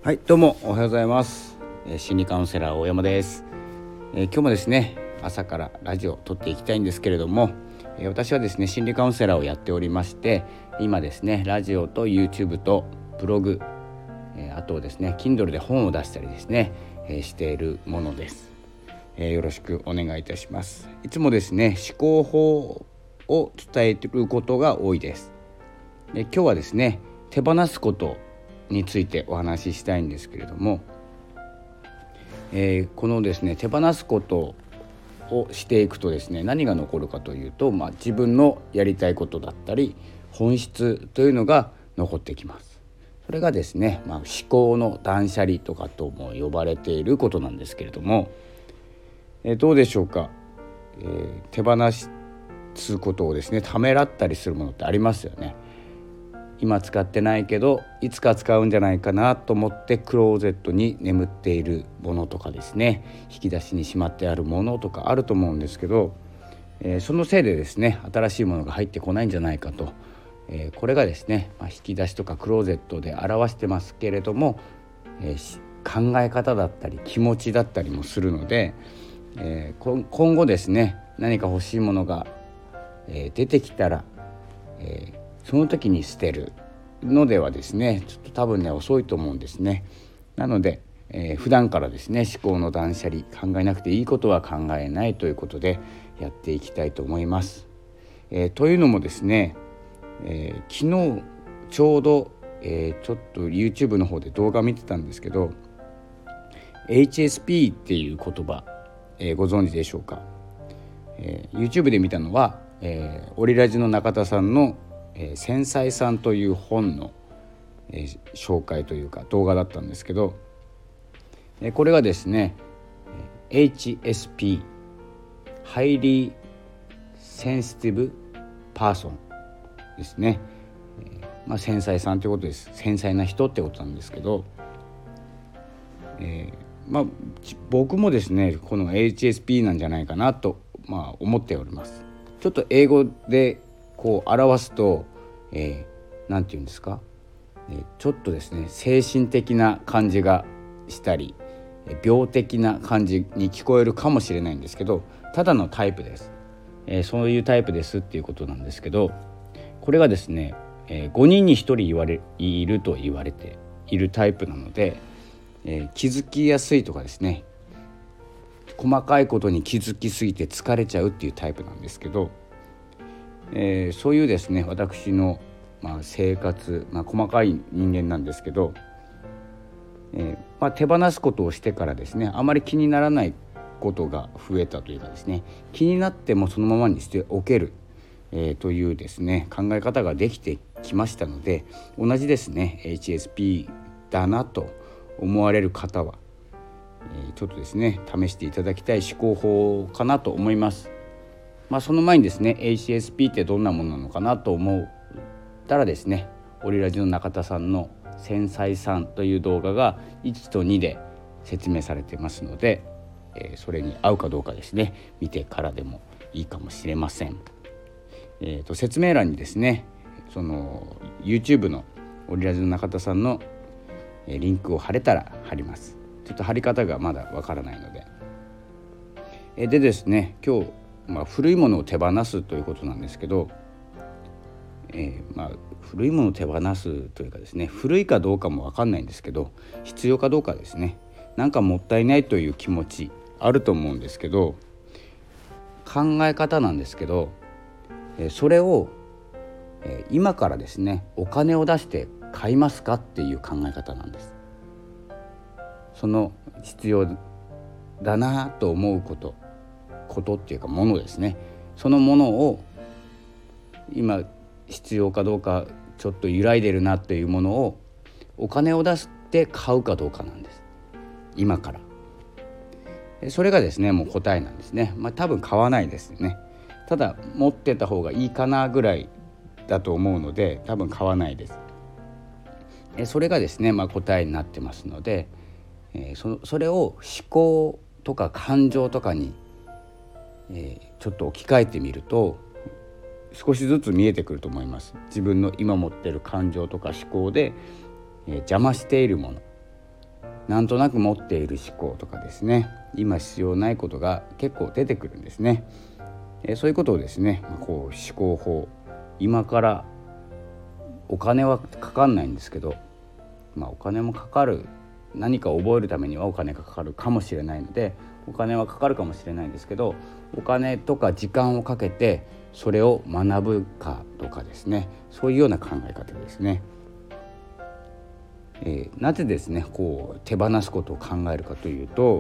はい、どうもおはようございます。心理カウンセラー大山です。今日もですね、朝からラジオを撮っていきたいんですけれども、私はですね、心理カウンセラーをやっておりまして、今ですね、ラジオと YouTube とブログ、あとですね、Kindle で本を出したりですね、しているものです。よろしくお願いいたします。いつもですね、思考法を伝えることが多いです。今日はですね、手放すことについてお話ししたいんですけれども、このですね、手放すことをしていくとですね、何が残るかというと、自分のやりたいことだったり本質というのが残ってきます。それがですね、思考の断捨離とかとも呼ばれていることなんですけれども、どうでしょうか。手放すことをですね、ためらったりするものってありますよね。今使ってないけどいつか使うんじゃないかなと思ってクローゼットに眠っているものとかですね、引き出しにしまってあるものとかあると思うんですけど、そのせいでですね、新しいものが入ってこないんじゃないかと、これがですね、引き出しとかクローゼットで表してますけれども、考え方だったり気持ちだったりもするので、今後ですね、何か欲しいものが、出てきたら、その時に捨てるのではですね、ちょっと多分ね遅いと思うんですね。なので、普段からですね、思考の断捨離、考えなくていいことは考えないということでやっていきたいと思います。というのもですね、昨日ちょうど、ちょっと YouTube の方で動画見てたんですけど、 HSP っていう言葉、ご存知でしょうか。YouTube で見たのは、オリラジの中田さんの繊細さんという本の、紹介というか動画だったんですけど、これがですね HSP ハイリーセンシティブパーソンですね。繊細さんということです。繊細な人ってことなんですけど、僕もですねこの HSP なんじゃないかなと、思っております。ちょっと英語でこう表すと、なんていうんですか、ちょっとですね精神的な感じがしたり、病的な感じに聞こえるかもしれないんですけど、ただのタイプです。そういうタイプですっていうことなんですけど、これがですね、5人に1人いると言われているタイプなので、気づきやすいとかですね、細かいことに気づきすぎて疲れちゃうっていうタイプなんですけど、そういうですね私の、生活、細かい人間なんですけど、手放すことをしてからですね、あまり気にならないことが増えたというかですね、気になってもそのままにしておける、というですね考え方ができてきましたので、同じですね HSP だなと思われる方は、ちょっとですね試していただきたい思考法かなと思います。その前にですね HSP ってどんなものなのかなと思ったらですね、オリラジの中田さんの繊細さんという動画が1と2で説明されてますので、それに合うかどうかですね見てからでもいいかもしれません。説明欄にですね、その YouTube のオリラジの中田さんのリンクを貼れたら貼ります。ちょっと貼り方がまだわからないので、でですね、今日、古いものを手放すということなんですけど、古いものを手放すというかですね、古いかどうかも分かんないんですけど、必要かどうかですね、なんかもったいないという気持ちあると思うんですけど、考え方なんですけど、それを、今からですねお金を出して買いますかっていう考え方なんです。その必要だなと思うことっていうかものですね、そのものを今必要かどうかちょっと揺らいでるなっていうものをお金を出して買うかどうかなんです、今から。それがですねもう答えなんですね。多分買わないですね。ただ持ってた方がいいかなぐらいだと思うので多分買わないです。それがですね、答えになってますので、それを思考とか感情とかに、ちょっと置き換えてみると少しずつ見えてくると思います。自分の今持っている感情とか思考で、邪魔しているもの、 なんとなく持っている思考とかですね、今必要ないことが結構出てくるんですね。そういうことをですね、こう思考法、今からお金はかかんないんですけど、お金もかかる、何かを覚えるためにはお金がかかるかもしれないので、お金はかかるかもしれないんですけど、お金とか時間をかけてそれを学ぶかとかですね、そういうような考え方ですね。なぜですねこう手放すことを考えるかというと、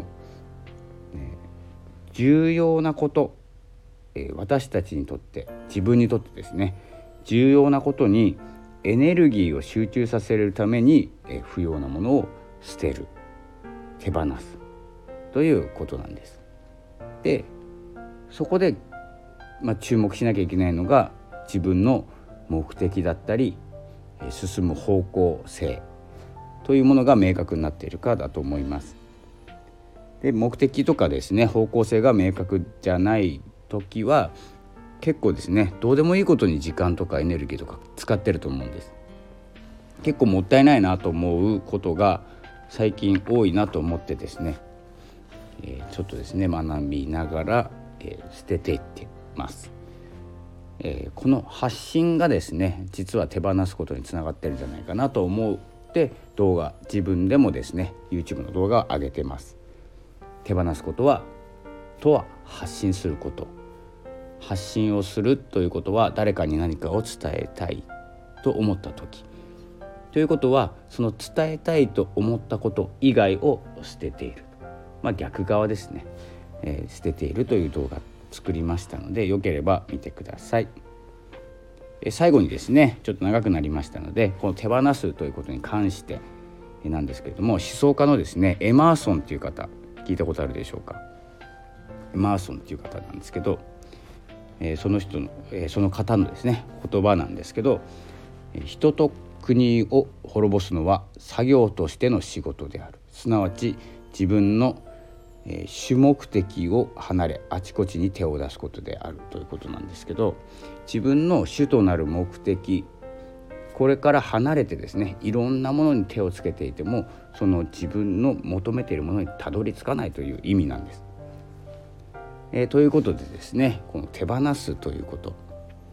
重要なこと、私たちにとって、自分にとってですね、重要なことにエネルギーを集中させるために、不要なものを捨てる、手放すということなんです。で、そこで、注目しなきゃいけないのが自分の目的だったり、進む方向性というものが明確になっているかだと思います。で、目的とかですね、方向性が明確じゃない時は結構ですね、どうでもいいことに時間とかエネルギーとか使ってると思うんです。結構もったいないなと思うことが最近多いなと思ってですね、ちょっとですね学びながら、捨てていってます。この発信がですね、実は手放すことにつながってるんじゃないかなと思って動画、自分でもですね YouTube の動画を上げてます。手放すことは発信すること、発信をするということは誰かに何かを伝えたいと思った時ということは、その伝えたいと思ったこと以外を捨てている、逆側ですね、捨てているという動画作りましたので、よければ見てください。最後にですね、ちょっと長くなりましたので、この手放すということに関してなんですけれども、思想家のですねエマーソンという方、聞いたことあるでしょうか。エマーソンという方なんですけど、その方のですね言葉なんですけど、人と国を滅ぼすのは作業としての仕事である、すなわち自分の主目的を離れあちこちに手を出すことであるということなんですけど、自分の主となる目的、これから離れてですね、いろんなものに手をつけていても、その自分の求めているものにたどり着かないという意味なんです。ということでですね、この手放すということ、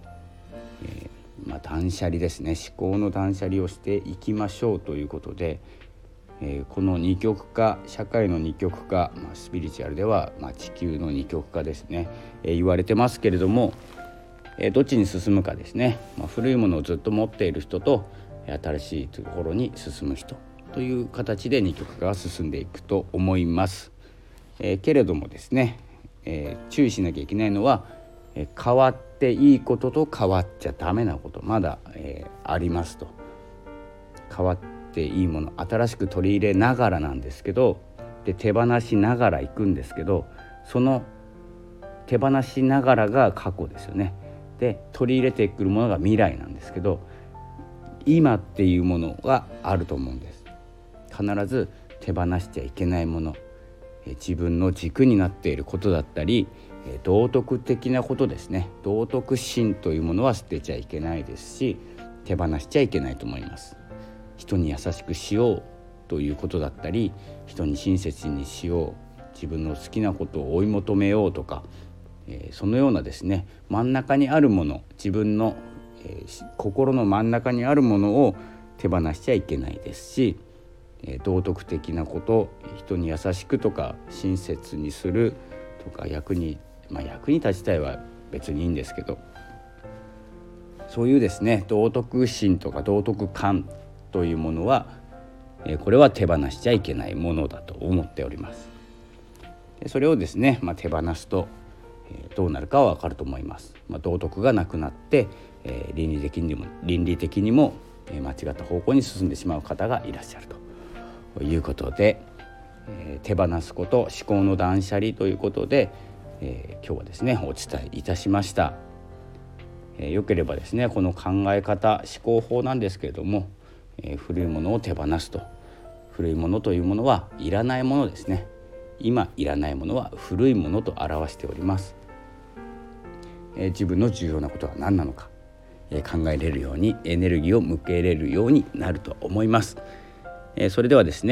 断捨離ですね、思考の断捨離をしていきましょうということで、この二極化、社会の二極化、スピリチュアルでは、地球の二極化ですね、言われてますけれども、どっちに進むかですね、古いものをずっと持っている人と新しいところに進む人という形で二極化が進んでいくと思います。けれどもですね、注意しなきゃいけないのは、変わっていいことと変わっちゃダメなこと、まだ、ありますと。変わっていいもの、新しく取り入れながらなんですけど、で手放しながらいくんですけど、その手放しながらが過去ですよね。で取り入れてくるものが未来なんですけど、今っていうものがあると思うんです。必ず手放しちゃいけないもの、自分の軸になっていることだったり、道徳的なことですね、道徳心というものは捨てちゃいけないですし、手放しちゃいけないと思います。人に優しくしようということだったり、人に親切にしよう、自分の好きなことを追い求めようとか、そのようなですね、真ん中にあるもの、自分の、心の真ん中にあるものを手放しちゃいけないですし、道徳的なこと、人に優しくとか親切にするとか、役に立ちたいは別にいいんですけど、そういうですね道徳心とか道徳観というものは、これは手放しちゃいけないものだと思っております。でそれをですね、手放すと、どうなるかは分かると思います。道徳がなくなって、倫理的にも間違った方向に進んでしまう方がいらっしゃるということで、手放すこと、思考の断捨離ということで、今日はですねお伝えいたしました。よければですね、この考え方、思考法なんですけれども、古いものを手放すと、古いものというものはいらないものですね。今いらないものは古いものと表しております。自分の重要なことは何なのか、考えれるように、エネルギーを向けれるようになると思います。それではですね、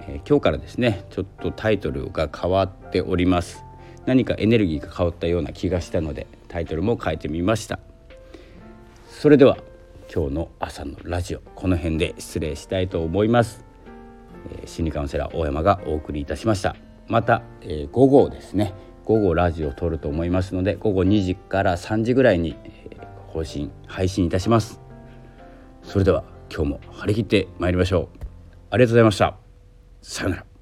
今日からですねちょっとタイトルが変わっております。何かエネルギーが変わったような気がしたのでタイトルも変えてみました。それでは今日の朝のラジオこの辺で失礼したいと思います。心理カウンセラー大山がお送りいたしました。また、午後ですね午後ラジオを撮ると思いますので午後2時から3時ぐらいに、配信いたします。それでは今日も張り切ってまいりましょう。ありがとうございました。さようなら。